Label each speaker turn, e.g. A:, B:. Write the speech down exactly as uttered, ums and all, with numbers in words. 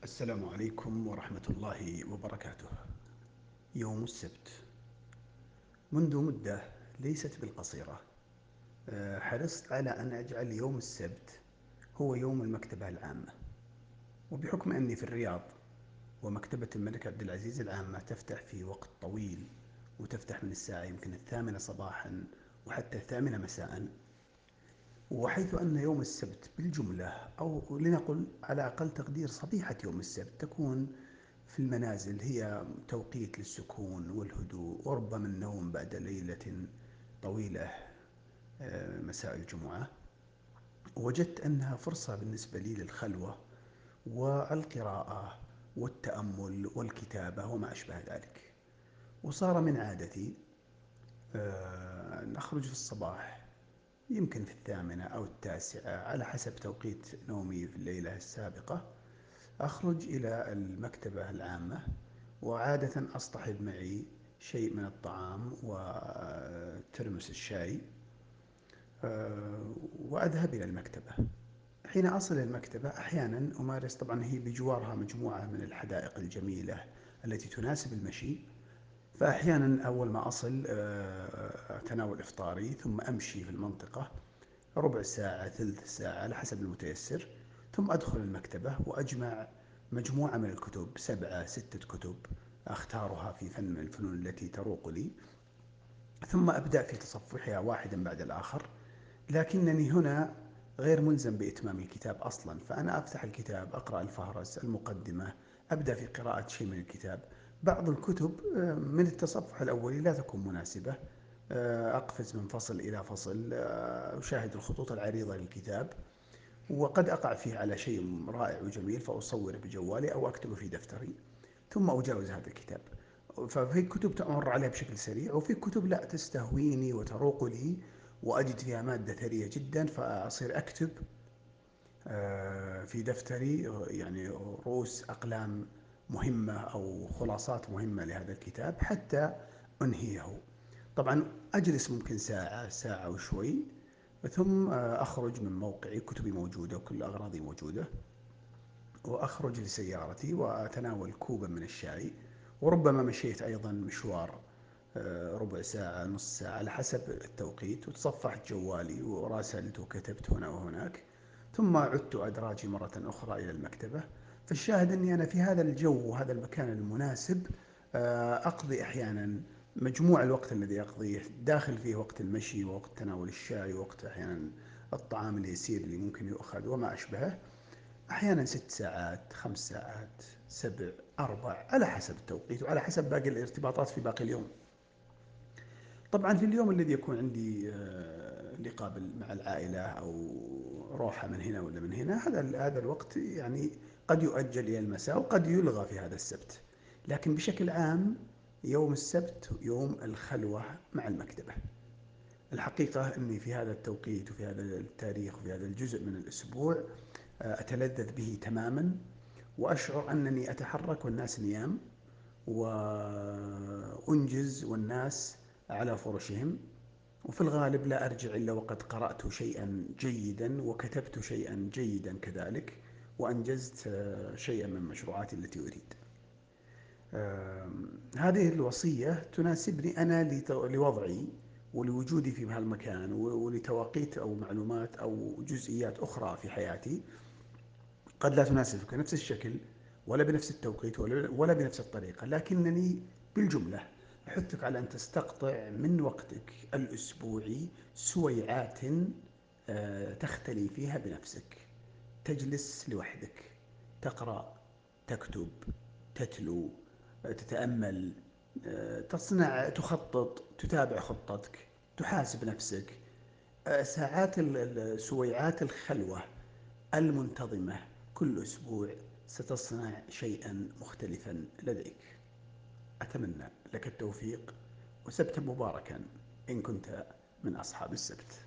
A: السلام عليكم ورحمة الله وبركاته. يوم السبت. منذ مدة ليست بالقصيرة آه، حرصت على أن أجعل يوم السبت هو يوم المكتبة العامة، وبحكم أني في الرياض ومكتبة الملك عبد العزيز العامة تفتح في وقت طويل، وتفتح من الساعة يمكن الثامنة صباحا وحتى الثامنة مساء، وحيث أن يوم السبت بالجملة أو لنقل على أقل تقدير صبيحة يوم السبت تكون في المنازل هي توقيت للسكون والهدوء وربما النوم بعد ليلة طويلة آه، مساء الجمعة، وجدت أنها فرصة بالنسبة لي للخلوة والقراءة والتأمل والكتابة وما أشبه ذلك. وصار من عادتي آه، أن أخرج في الصباح يمكن في الثامنة أو التاسعة على حسب توقيت نومي في الليلة السابقة، أخرج إلى المكتبة العامة، وعادة أصطحب معي شيء من الطعام وترمس الشاي، آه، وأذهب إلى المكتبة. حين أصل المكتبة أحيانا أمارس، طبعا هي بجوارها مجموعة من الحدائق الجميلة التي تناسب المشي، فأحيانا أول ما أصل آه، أتناول إفطاري ثم أمشي في المنطقة ربع ساعة ثلث ساعة على حسب المتيسر، ثم أدخل المكتبة وأجمع مجموعة من الكتب، سبعة ستة كتب أختارها في فن من الفنون التي تروق لي، ثم أبدأ في تصفحها واحدا بعد الآخر. لكنني هنا غير ملزم بإتمام الكتاب أصلا، فأنا أفتح الكتاب أقرأ الفهرس المقدمة، أبدأ في قراءة شيء من الكتاب. بعض الكتب آه، من التصفح الأولي لا تكون مناسبة، آه، أقفز من فصل إلى فصل، آه، أشاهد الخطوط العريضة للكتاب، وقد أقع فيه على شيء رائع وجميل فأصوره بجوالي أو أكتبه في دفتري، ثم أجاوز هذا الكتاب. ففي كتب تمر عليها بشكل سريع، وفي كتب لا تستهويني وتروق لي وأجد فيها مادة ثرية جدا، فأصير أكتب آه، في دفتري يعني رؤوس أقلام مهمة أو خلاصات مهمة لهذا الكتاب حتى أنهيه. طبعا أجلس ممكن ساعة ساعة وشوي، ثم آه، أخرج من موقعي، كتبي موجودة وكل أغراضي موجودة، وأخرج لسيارتي وأتناول كوبا من الشاي، وربما مشيت أيضا مشوار آه، ربع ساعة نص ساعة على حسب التوقيت، وتصفحت جوالي وراسلت وكتبت هنا وهناك، ثم عدت أدراجي مرة أخرى إلى المكتبة. فالشاهد أني أنا في هذا الجو وهذا المكان المناسب آه، أقضي أحيانا مجموع الوقت الذي أقضيه داخل فيه وقت المشي ووقت تناول الشاي ووقت أحيانا الطعام اليسير اللي ممكن يؤخذ وما أشبهه، أحيانا ست ساعات خمس ساعات سبع أربع على حسب التوقيت وعلى حسب باقي الارتباطات في باقي اليوم. طبعا في اليوم الذي يكون عندي آه، لقاء بال- مع العائلة أو روحة من هنا ولا من هنا، هذا هذا الوقت يعني قد يؤجل إلى المساء وقد يلغى في هذا السبت. لكن بشكل عام يوم السبت يوم الخلوة مع المكتبة. الحقيقة أني في هذا التوقيت وفي هذا التاريخ وفي هذا الجزء من الأسبوع آه، أتلذذ به تماما، وأشعر أنني أتحرك والناس نيام، وأنجز والناس على فرشهم، وفي الغالب لا أرجع إلا وقد قرأت شيئا جيدا وكتبت شيئا جيدا كذلك، وأنجزت آه، شيئا من مشروعاتي التي أريد. آم، هذه الوصية تناسبني أنا لت- لوضعي ولوجودي في هالمكان ولتواقيت أو معلومات أو جزئيات أخرى في حياتي قد لا تناسبك نفس الشكل ولا بنفس التوقيت ولا ولا بنفس الطريقة، لكنني بالجملة أحثك على أن تستقطع من وقتك الأسبوعي سويعات آه، تختلي فيها بنفسك، تجلس لوحدك، تقرأ، تكتب، تتلو، آه، تتأمل، آه، تصنع، تخطط، تتابع خطتك، تحاسب نفسك. آه، ساعات ال- ال- سويعات الخلوة المنتظمة كل أسبوع ستصنع شيئا مختلفا لديك. أتمنى لك التوفيق، وسبتا مباركا إن كنت من أصحاب السبت.